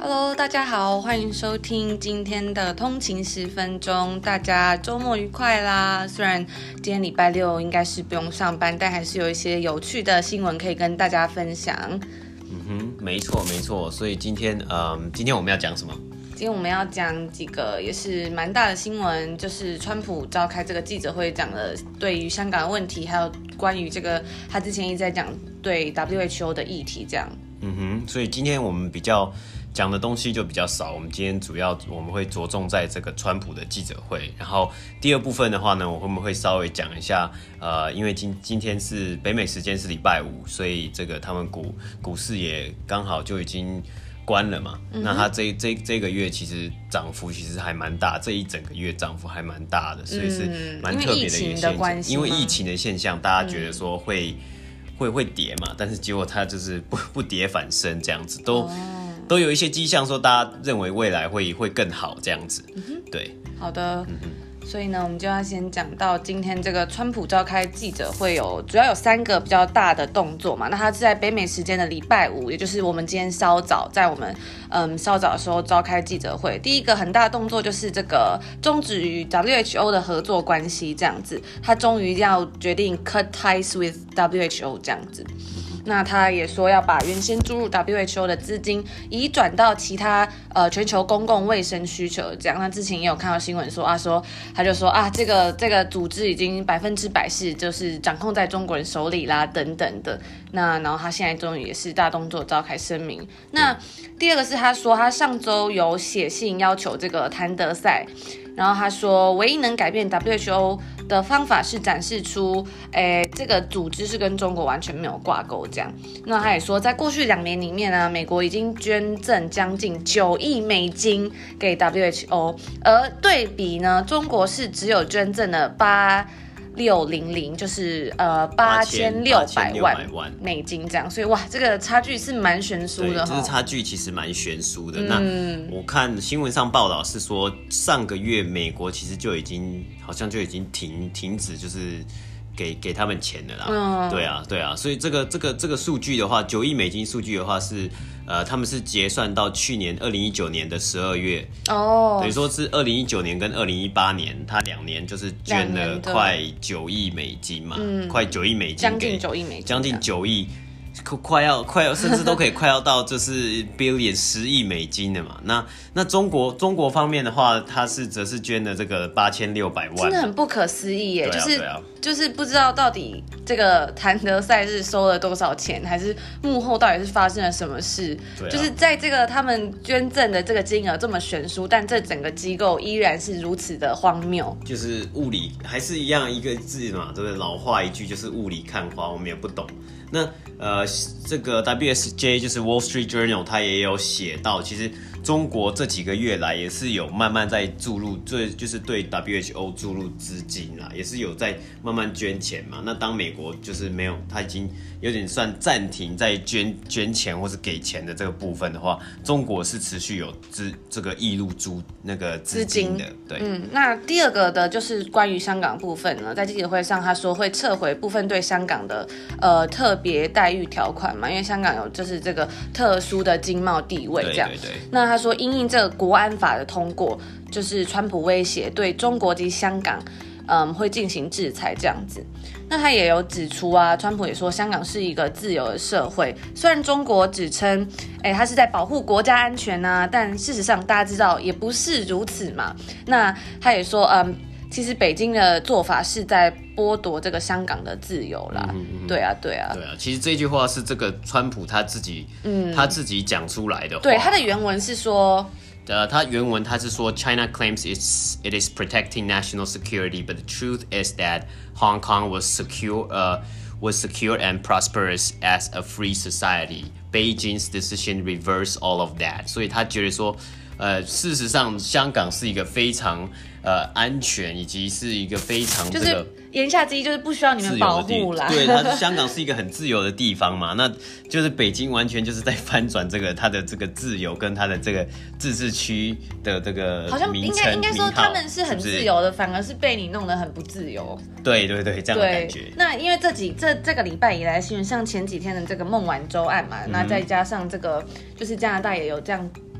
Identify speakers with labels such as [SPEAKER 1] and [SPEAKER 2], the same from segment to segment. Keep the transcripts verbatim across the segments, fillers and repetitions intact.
[SPEAKER 1] Hello， 大家好，欢迎收听今天的通勤十分钟。大家周末愉快啦！虽然今天礼拜六应该是不用上班，但还是有一些有趣的新闻可以跟大家分享。
[SPEAKER 2] 嗯哼，没错没错。所以今天，嗯，今天我们要讲什么？
[SPEAKER 1] 今天我们要讲几个也是蛮大的新闻，就是川普召开这个记者会，讲了对于香港的问题，还有关于这个他之前一直在讲对 W H O 的议题，这样。
[SPEAKER 2] 嗯哼，所以今天我们比较讲的东西就比较少，我们今天主要我们会着重在这个川普的记者会，然后第二部分的话呢，我们会稍微讲一下，呃，因为今今天是北美时间是礼拜五，所以这个他们股股市也刚好就已经关了嘛，嗯、那它这这这个月其实涨幅其实还蛮大，这一整个月涨幅还蛮大的，所以是蛮特别的一个现象。因为疫情的现象，大家觉得说会。嗯会会跌嘛，但是结果它就是不不跌反升这样子，都、哦、都有一些迹象说大家认为未来会会更好这样子，嗯、对，
[SPEAKER 1] 好的，嗯所以呢，我们就要先讲到今天这个川普召开记者会有主要有三个比较大的动作嘛。那他是在北美时间的礼拜五，也就是我们今天稍早，在我们嗯稍早的时候召开记者会。第一个很大的动作就是这个终止与 W H O 的合作关系，这样子，他终于要决定 cut ties with W H O 这样子。那他也说要把原先注入 W H O 的资金移转到其他呃全球公共卫生需求这样。那之前也有看到新闻说啊，说他就说啊，这个这个组织已经百分之百是就是掌控在中国人手里啦等等的。那然后他现在终于也是大动作召开声明。那第二个是他说他上周有写信要求这个谭德赛。然后他说，唯一能改变 W H O 的方法是展示出，诶，这个组织是跟中国完全没有挂钩这样。那他也说，在过去两年里面呢，美国已经捐赠将近九亿美金给 W H O， 而对比呢，中国是只有捐赠了八。六零零就是呃八千六百万美金这样，所以哇，这个差距是蛮悬殊的。
[SPEAKER 2] 对，这个差距其实蛮悬殊的。嗯、那我看新闻上报道是说，上个月美国其实就已经好像就已经停停止就是。给给他们钱的啦，嗯、对啊，对啊，所以这个这个这个数据的话，九亿美金数据的话是，呃，他们是结算到去年二零一九年的十二月，哦，等于说是二零一九年跟二零一八年，他两年就是捐了快九亿美金嘛，嗯、快九亿美金，
[SPEAKER 1] 将近九亿美金，
[SPEAKER 2] 将近九亿。快要快要，甚至都可以快要到就是 billion 十亿美金的嘛。那那中国中国方面的话，它是则是捐了这个八千六百万，
[SPEAKER 1] 真的很不可思议耶！
[SPEAKER 2] 啊、
[SPEAKER 1] 就是、
[SPEAKER 2] 啊、
[SPEAKER 1] 就是不知道到底这个谭德赛是收了多少钱，还是幕后到底是发生了什么事？啊、就是在这个他们捐赠的这个金额这么悬殊，但这整个机构依然是如此的荒谬。
[SPEAKER 2] 就是雾里还是一样一个字嘛，对不对？老话一句就是雾里看花，我们也不懂。那呃，这个 W S J 就是 Wall Street Journal， 它也有写到，其实中国这几个月来也是有慢慢在注入，对，就是对 W H O 注入资金啦，也是有在慢慢捐钱嘛。那当美国就是没有，它已经有点算暂停在捐捐钱或是给钱的这个部分的话，中国是持续有资这个挹入租那个资金的。对，
[SPEAKER 1] 嗯，那第二个的就是关于香港部分呢，在记者会上他说会撤回部分对香港的呃特别待遇条款嘛，因为香港有就是这个特殊的经贸地位这样。
[SPEAKER 2] 对对对。
[SPEAKER 1] 那他说因应这个国安法的通过，就是川普威胁对中国及香港嗯会进行制裁这样子。那他也有指出啊，川普也说香港是一个自由的社会，虽然中国指称哎他是在保护国家安全啊，但事实上大家知道也不是如此嘛。那他也说嗯其实北京的做法是在剥夺这个香港的自由啦，嗯嗯对啊，对啊，
[SPEAKER 2] 对啊。其实这句话是这个川普他自己，嗯，他自己讲出来的话。
[SPEAKER 1] 对，他的原文是说，
[SPEAKER 2] 呃，他原文他是说 ，China claims it's it is protecting national security, but the truth is that Hong Kong was secure, uh, was secure and prosperous as a free society. Beijing's decision reversed all of that. 所以他觉得说。呃，事实上，香港是一个非常呃安全，以及是一个非常这个
[SPEAKER 1] 就是言下之意就是不需要你们保护啦。
[SPEAKER 2] 对，它香港是一个很自由的地方嘛，那就是北京完全就是在翻转这个它的这个自由跟它的这个自治区的这个名称，好像应
[SPEAKER 1] 该应该说他们是很自由的，是是反而是被你弄得很不自由。
[SPEAKER 2] 对对对，这样的感觉。
[SPEAKER 1] 那因为这几这这个礼拜以来新闻，像前几天的这个孟晚舟案嘛，嗯、那再加上这个就是加拿大也有这样。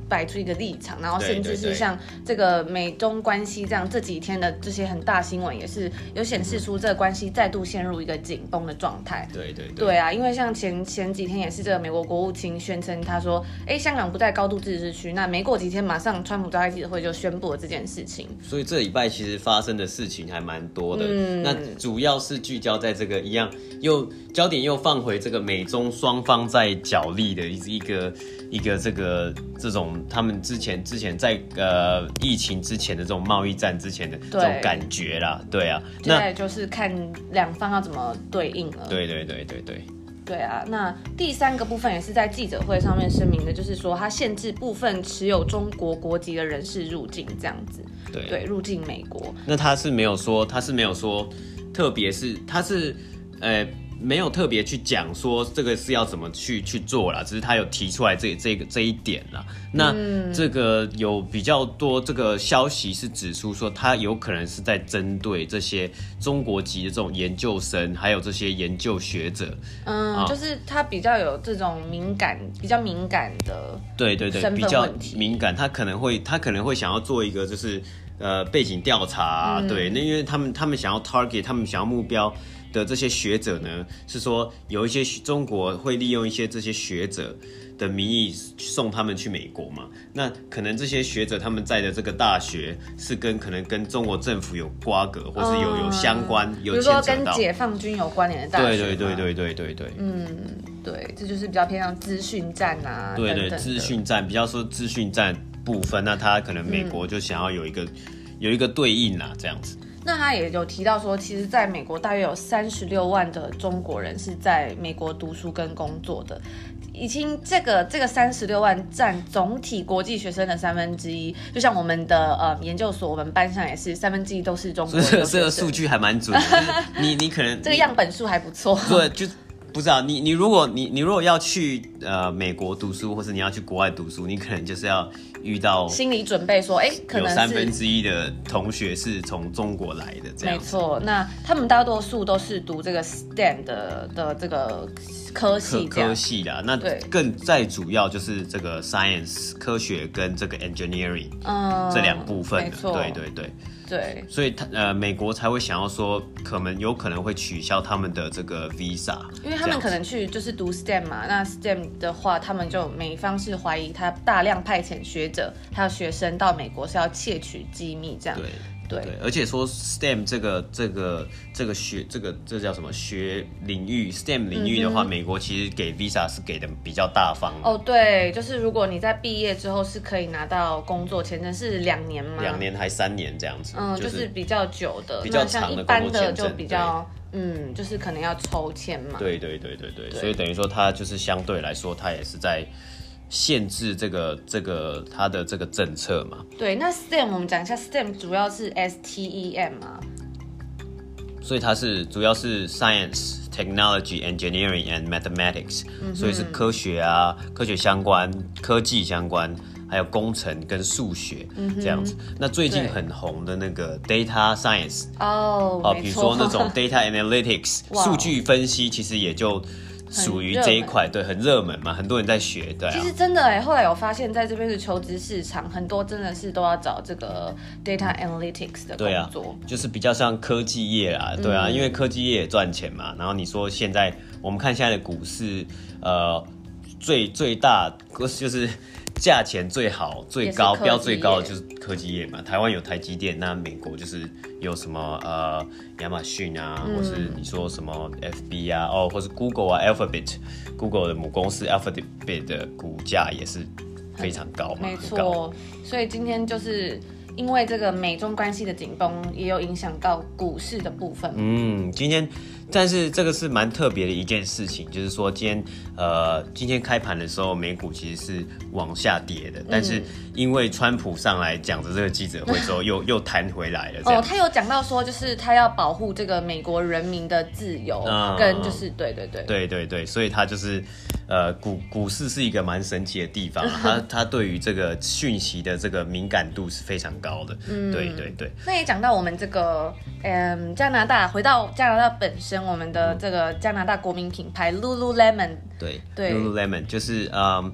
[SPEAKER 1] 摆出一个立场，然后甚至是像这个美中关系这样这几天的这些很大新闻，也是有显示出这个关系再度陷入一个紧绷的状态。
[SPEAKER 2] 对对
[SPEAKER 1] 对, 对啊，因为像前前几天也是这个美国国务卿宣称，他说，哎，香港不在高度自治区，那没过几天，马上川普召开记者会就宣布了这件事情。
[SPEAKER 2] 所以这礼拜其实发生的事情还蛮多的，嗯、那主要是聚焦在这个一样，又焦点又放回这个美中双方在角力的一个一个这个这种他们之前之前在呃疫情之前的这种贸易战之前的这种感觉啦，对啊，
[SPEAKER 1] 那就是看两方要怎么对应了。
[SPEAKER 2] 对对对对对。
[SPEAKER 1] 对啊，那第三个部分也是在记者会上面声明的，就是说他限制部分持有中国国籍的人士入境，这样子。
[SPEAKER 2] 对
[SPEAKER 1] 对，入境美国。
[SPEAKER 2] 那他是没有说，他是没有说，特别是他是呃没有特别去讲说这个是要怎么去去做啦，只是他有提出来这这个这一点啦。那、嗯、这个有比较多这个消息是指出说，他有可能是在针对这些中国籍的这种研究生，还有这些研究学者。
[SPEAKER 1] 嗯，啊、就是他比较有这种敏感，比较敏感的，
[SPEAKER 2] 对对对，比较敏感，他可能会他可能会想要做一个就是呃背景调查、啊嗯，对，那因为他们他们想要 target， 他们想要目标的这些学者呢，是说有一些中国会利用一些这些学者的名义送他们去美国嘛？那可能这些学者他们在的这个大学是跟可能跟中国政府有瓜葛，或是有有相关、嗯、有牵扯到，
[SPEAKER 1] 比如说跟解放军有关联的大学。
[SPEAKER 2] 对对对对对对对。
[SPEAKER 1] 嗯，对，这就是比较偏向资讯战啊。
[SPEAKER 2] 对对，资讯战比较说资讯战部分，那他可能美国就想要有一个、嗯、有一个对应啊，这样子。
[SPEAKER 1] 那他也有提到说，其实在美国大约有三十六万的中国人是在美国读书跟工作的，已经这个这个三十六万占总体国际学生的三分之一。就像我们的呃研究所，我们班上也是三分之一都是中国人。
[SPEAKER 2] 这这个数据还蛮准的，就是你你可能
[SPEAKER 1] 这个样本数还不错。
[SPEAKER 2] 对，就不知道你你如果你你如果要去呃美国读书，或是你要去国外读书，你可能就是要遇到
[SPEAKER 1] 心理准备说，哎，可能是
[SPEAKER 2] 有三分之一的同学是从中国来的，这样。
[SPEAKER 1] 没错，那他们大多数都是读这个 S T E M 的的这个科系这样，
[SPEAKER 2] 科系啦。那更再主要就是这个 science 科学跟这个 engineering、嗯、这两部分的，对对对。
[SPEAKER 1] 对，
[SPEAKER 2] 所以他呃，美国才会想要说，可能有可能会取消他们的这个 visa，
[SPEAKER 1] 因为他们可能去就是读 S T E M 嘛，那 S T E M 的话，他们就美方是怀疑他大量派遣学者还有学生到美国是要窃取机密这样。
[SPEAKER 2] 对。
[SPEAKER 1] 对,
[SPEAKER 2] 对，而且说 S T E M 这个这个这个学这个这叫什么学领域 S T E M 领域的话、嗯，美国其实给 visa 是给的比较大方的。
[SPEAKER 1] 哦，对，就是如果你在毕业之后是可以拿到工作签证，是两年吗？
[SPEAKER 2] 两年还三年这样子。
[SPEAKER 1] 嗯，就是、就是比较久的，比较长的工作签证。那像一般的就比较，嗯，就是可能要抽签嘛。
[SPEAKER 2] 对对对对 对, 对，所以等于说它就是相对来说，它也是在限制这个这个它的这个政策嘛。
[SPEAKER 1] 对，那 S T E M 我们讲一下 S T E M 主要是 S T E M 啊，
[SPEAKER 2] 所以它是主要是 Science, Technology, Engineering and Mathematics、嗯、所以是科学啊，科学相关、科技相关，还有工程跟数学、嗯、这样子。那最近很红的那个 Data Science
[SPEAKER 1] 哦、
[SPEAKER 2] 啊，比如说那种 Data Analytics 数据分析，其实也就属于这一块，对，很热门嘛，很多人在学，对、啊。
[SPEAKER 1] 其实真的哎，后来有发现，在这边的求职市场，很多真的是都要找这个 data analytics 的工作，
[SPEAKER 2] 对啊，就是比较像科技业啦，对啊，嗯、因为科技业也赚钱嘛。然后你说现在我们看现在的股市，呃，最最大就是价钱最好、最高、标最高的就是科技业嘛。台湾有台积电，那美国就是有什么呃亚马逊啊、嗯，或是你说什么 F B 啊，哦，或是 Google 啊 ，Alphabet，Google 的母公司 Alphabet 的股价也是非常高嘛，
[SPEAKER 1] 没错。所以今天就是因为这个美中关系的紧绷，也有影响到股市的部分。
[SPEAKER 2] 嗯，今天。但是这个是蛮特别的一件事情，就是说今天呃今天开盘的时候，美股其实是往下跌的，但是因为川普上来讲着这个记者会之后，又又弹回来了。
[SPEAKER 1] 哦，他有讲到说，就是他要保护这个美国人民的自由，嗯、跟就是对对对
[SPEAKER 2] 对对对，所以他就是呃股股市是一个蛮神奇的地方，他他对于这个讯息的这个敏感度是非常高的。嗯，对对对。
[SPEAKER 1] 那也讲到我们这个嗯加拿大，回到加拿大本身。我们的这个加拿大国民品牌 Lululemon，
[SPEAKER 2] 对对 Lululemon 就是嗯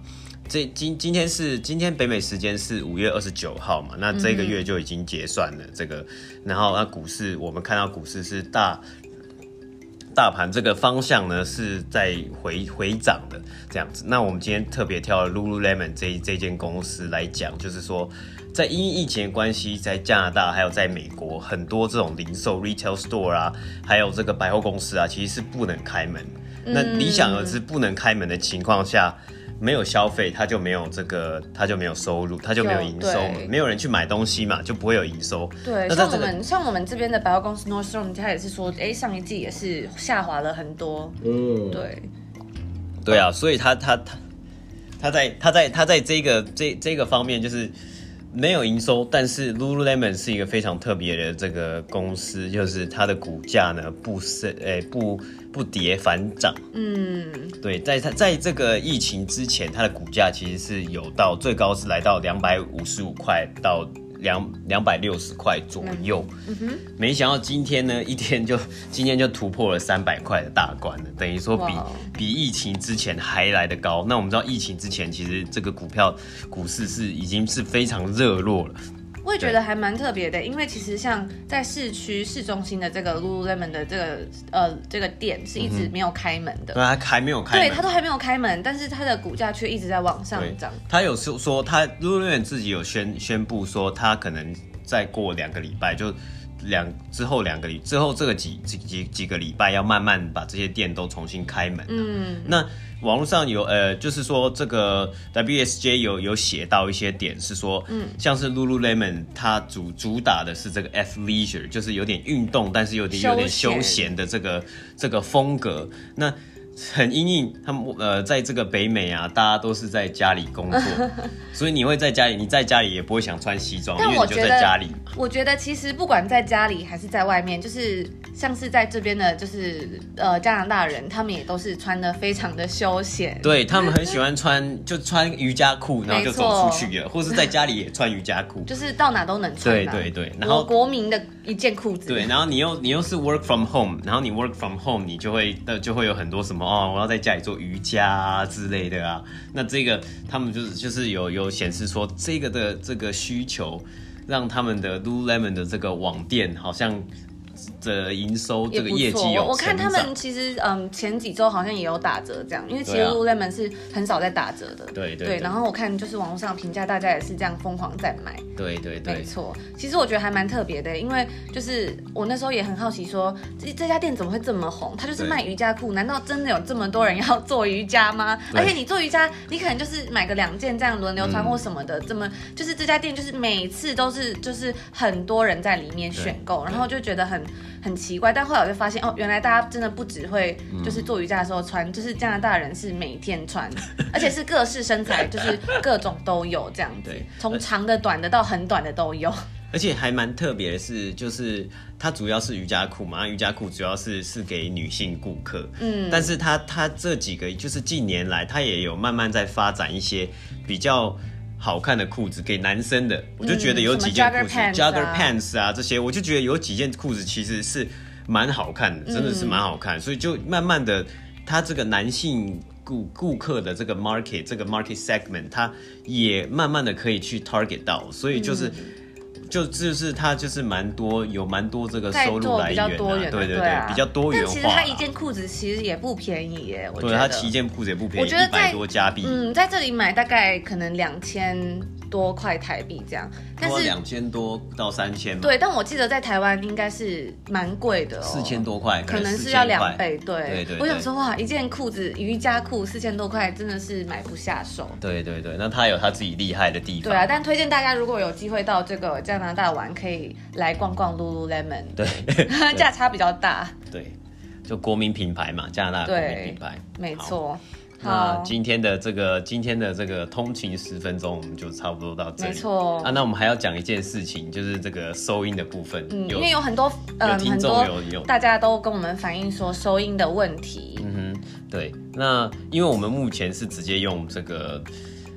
[SPEAKER 2] 这今今天是今天北美时间是五月二十九号嘛，那这个月就已经结算了、嗯、这个，然后那股市我们看到股市是大。大盘这个方向呢是在回回涨的这样子。那我们今天特别挑了 Lululemon 这这间公司来讲，就是说，在因疫情的关系，在加拿大还有在美国，很多这种零售 retail store 啊，还有这个百货公司啊，其实是不能开门。嗯、那理想而知，不能开门的情况下。没有消费，他就没有这个，他就没有收入，他就没有营收嘛，没有人去买东西嘛，就不会有营收。
[SPEAKER 1] 对，像我们像我们这边的百货公司 Nordstrom， 他也是说，哎，上一季也是下滑了很多。嗯，对，
[SPEAKER 2] 对啊，所以他他他他在他在他在这个这这个方面就是没有营收，但是 Lululemon 是一个非常特别的这个公司，就是它的股价呢不是诶不。不跌反涨，嗯，对，在它在这个疫情之前，它的股价其实是有到最高是来到两百五十五块到两两百六十块左右，嗯哼，没想到今天呢一天就今天就突破了三百块的大关了，等于说比比疫情之前还来得高。那我们知道疫情之前其实这个股票股市是已经是非常热络了。
[SPEAKER 1] 我也觉得还蛮特别的，因为其实像在市区市中心的这个 Lululemon 的这个呃这个店是一直没有开门的，
[SPEAKER 2] 对、嗯，它还没有开门，
[SPEAKER 1] 对，它都还没有开门，但是它的股价却一直在往上涨。
[SPEAKER 2] 它有说说，它 Lululemon 自己有宣宣布说，它可能再过两个礼拜就。两之后两个礼之后这个几几几几个礼拜要慢慢把这些店都重新开门、啊。嗯，那网络上有呃，就是说这个 W S J 有有写到一些点是说，嗯，像是 Lululemon 它主主打的是这个 athleisure， 就是有点运动，但是有点有点休闲的这个这个风格。那很因应他们呃，在这个北美啊，大家都是在家里工作，所以你会在家里，你在家里也不会想穿西装，因为你就在家里嘛。
[SPEAKER 1] 我觉得其实不管在家里还是在外面，就是像是在这边的，就是呃加拿大人，他们也都是穿的非常的休闲。
[SPEAKER 2] 对，他们很喜欢穿，就穿瑜伽裤，然后就走出去了，或是在家里也穿瑜伽裤，
[SPEAKER 1] 就是到哪都能穿、
[SPEAKER 2] 啊。对对对，然后
[SPEAKER 1] 国民的一件裤子。
[SPEAKER 2] 对，然后你又你又是 work from home， 然后你 work from home， 你就会就会有很多什么。哦，我要在家里做瑜伽啊之类的啊，那这个他们就是就是有有显示说这个的这个需求，让他们的 Lululemon 的这个网店好像的营收这个业绩有成长。
[SPEAKER 1] 我看他们其实嗯前几周好像也有打折这样，因为其实 Lululemon 是很少在打折的。
[SPEAKER 2] 对 对,
[SPEAKER 1] 对, 对，然后我看就是网络上评价，大家也是这样疯狂在买。
[SPEAKER 2] 对对对，
[SPEAKER 1] 没错。其实我觉得还蛮特别的，因为就是我那时候也很好奇说，这这家店怎么会这么红？它就是卖瑜伽裤，难道真的有这么多人要做瑜伽吗？而且你做瑜伽，你可能就是买个两件这样轮流穿或什么的，这、嗯、么就是这家店就是每次都是就是很多人在里面选购，然后就觉得很。很奇怪，但后来我就发现哦，原来大家真的不只会就是做瑜伽的时候穿，嗯、就是加拿大人是每天穿，而且是各式身材，就是各种都有这样子，从长的、短的到很短的都有。
[SPEAKER 2] 而且还蛮特别的是，就是它主要是瑜伽裤嘛，瑜伽裤主要是是给女性顾客，嗯，但是它它这几个就是近年来，它也有慢慢在发展一些比较。好看的裤子给男生的，我就觉得有几件裤子、嗯、，jogger pants 啊这些，我就觉得有几件裤子其实是蛮好看的，真的是蛮好看，嗯、所以就慢慢的，他这个男性顾顾客的这个 market 这个 market segment， 他也慢慢的可以去 target 到，所以就是。嗯就就是它就是蛮多有蛮多这个收入来源、啊，对对对，
[SPEAKER 1] 啊、
[SPEAKER 2] 比较多元化、啊。
[SPEAKER 1] 但其实它一件裤子其实也不便宜耶，我觉得。
[SPEAKER 2] 对，它一件裤子也不便宜，一百多加币。
[SPEAKER 1] 嗯，在这里买大概可能两千多块台币这样，但是
[SPEAKER 2] 两千多到三千。
[SPEAKER 1] 对，但我记得在台湾应该是蛮贵的哦，
[SPEAKER 2] 四千多块，
[SPEAKER 1] 可能是要两倍。对，
[SPEAKER 2] 对 对, 对。
[SPEAKER 1] 我想说哇，一件裤子瑜伽裤四千多块，真的是买不下手。
[SPEAKER 2] 对对对，那它有它自己厉害的地方。
[SPEAKER 1] 对啊，但推荐大家如果有机会到这个加拿大玩，可以来逛逛 Lululemon。
[SPEAKER 2] 对，
[SPEAKER 1] 价差比较大。
[SPEAKER 2] 对，就国民品牌嘛，加拿大国民品牌，
[SPEAKER 1] 没错。
[SPEAKER 2] 那今天的这个今天的这个通勤十分钟，我们就差不多到这里。
[SPEAKER 1] 没错啊，
[SPEAKER 2] 那我们还要讲一件事情，就是这个收音的部分。
[SPEAKER 1] 嗯，因为有很多
[SPEAKER 2] 呃很多
[SPEAKER 1] 大家都跟我们反映说收音的问题。
[SPEAKER 2] 嗯哼，对。那因为我们目前是直接用这个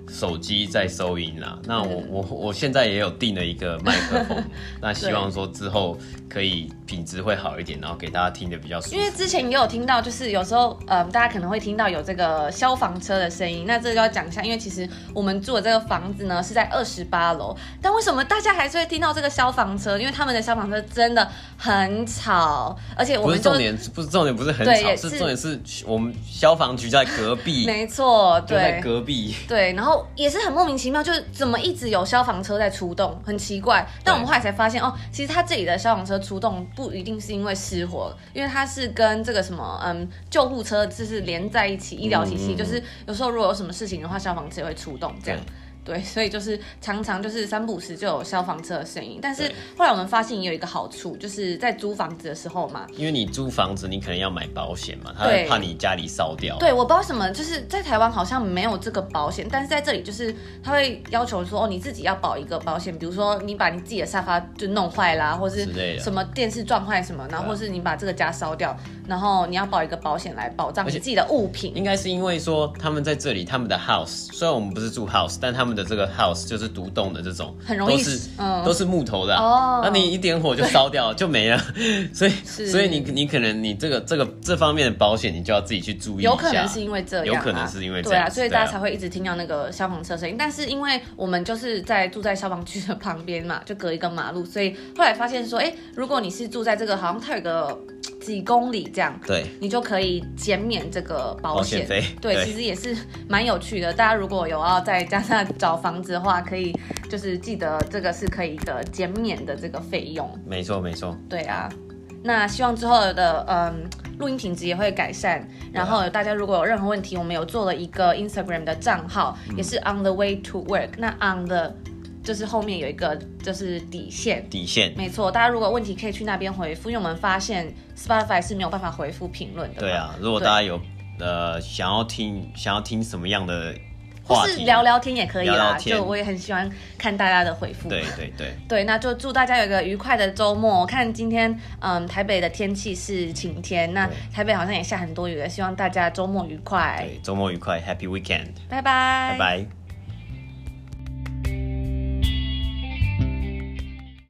[SPEAKER 2] 手机在收音啦。那我我我现在也有订了一个麦克风，那希望说之后可以品质会好一点，然后给大家听得比较舒服。
[SPEAKER 1] 因为之前也有听到，就是有时候嗯，大家可能会听到有这个消防车的声音，那这个就要讲一下，因为其实我们住的这个房子呢是在二十八楼，但为什么大家还是会听到这个消防车？因为他们的消防车真的很吵，而且我们就
[SPEAKER 2] 不是重点，不是重点，不是很吵，是重点是我们消防局在隔壁，
[SPEAKER 1] 没错，对，
[SPEAKER 2] 就在隔壁，
[SPEAKER 1] 对，然后也是很莫名其妙，就是怎么一直有消防车在出动，很奇怪。但我们后来才发现，哦，其实它这里的消防车出动不一定是因为失火，因为它是跟这个什么嗯救护车就是连在一起，医疗体系、嗯、就是有时候如果有什么事情的话，消防车也会出动这样。对，所以就是常常就是三不五时就有消防车的声音，但是后来我们发现也有一个好处，就是在租房子的时候嘛，
[SPEAKER 2] 因为你租房子你可能要买保险嘛，他会怕你家里烧掉。
[SPEAKER 1] 对，我不知道什么，就是在台湾好像没有这个保险，但是在这里就是他会要求说，哦，你自己要保一个保险，比如说你把你自己的沙发就弄坏啦，或是什么电视撞坏什么，然后或是你把这个家烧掉，然后你要保一个保险来保障你自己的物品。
[SPEAKER 2] 应该是因为说他们在这里，他们的 house 虽然我们不是住 house， 但他们的这个 house 就是独栋的这种，
[SPEAKER 1] 很容易
[SPEAKER 2] 都是、
[SPEAKER 1] 嗯、
[SPEAKER 2] 都是木头的、啊，
[SPEAKER 1] 哦，
[SPEAKER 2] 那你一点火就烧掉就没了，所以所以你你可能你这个这个这方面的保险你就要自己去注意一下，
[SPEAKER 1] 有可能是因为这样、啊，
[SPEAKER 2] 有可能是因为这样，
[SPEAKER 1] 对啊，所以大家才会一直听到那个消防车声音。但是因为我们就是在住在消防局的旁边嘛，就隔一个马路，所以后来发现说，哎，如果你是住在这个好像它有个几公里这样，
[SPEAKER 2] 对，
[SPEAKER 1] 你就可以减免这个保险
[SPEAKER 2] 费。
[SPEAKER 1] 对，对，其实也是蛮有趣的。大家如果有要在加拿大找房子的话，可以就是记得这个是可以的减免的这个费用。
[SPEAKER 2] 没错，没错。
[SPEAKER 1] 对啊，那希望之后的嗯录音品质也会改善。然后大家如果有任何问题，我们有做了一个 Instagram 的账号，嗯、也是 On the way to work。那 On the就是后面有一个就是底线，
[SPEAKER 2] 底线，
[SPEAKER 1] 没错。大家如果有问题可以去那边回复，因为我们发现 Spotify 是没有办法回复评论的。
[SPEAKER 2] 对啊，如果大家有呃想要听想要听什么样的话题，
[SPEAKER 1] 或是聊聊天也可以啦。
[SPEAKER 2] 聊聊天，
[SPEAKER 1] 就我也很喜欢看大家的回复。
[SPEAKER 2] 对对对
[SPEAKER 1] 对，那就祝大家有一个愉快的周末。我看今天嗯台北的天气是晴天，那台北好像也下很多雨了，希望大家周末愉快。
[SPEAKER 2] 对，周末愉快 ，Happy Weekend，
[SPEAKER 1] 拜拜，
[SPEAKER 2] 拜拜。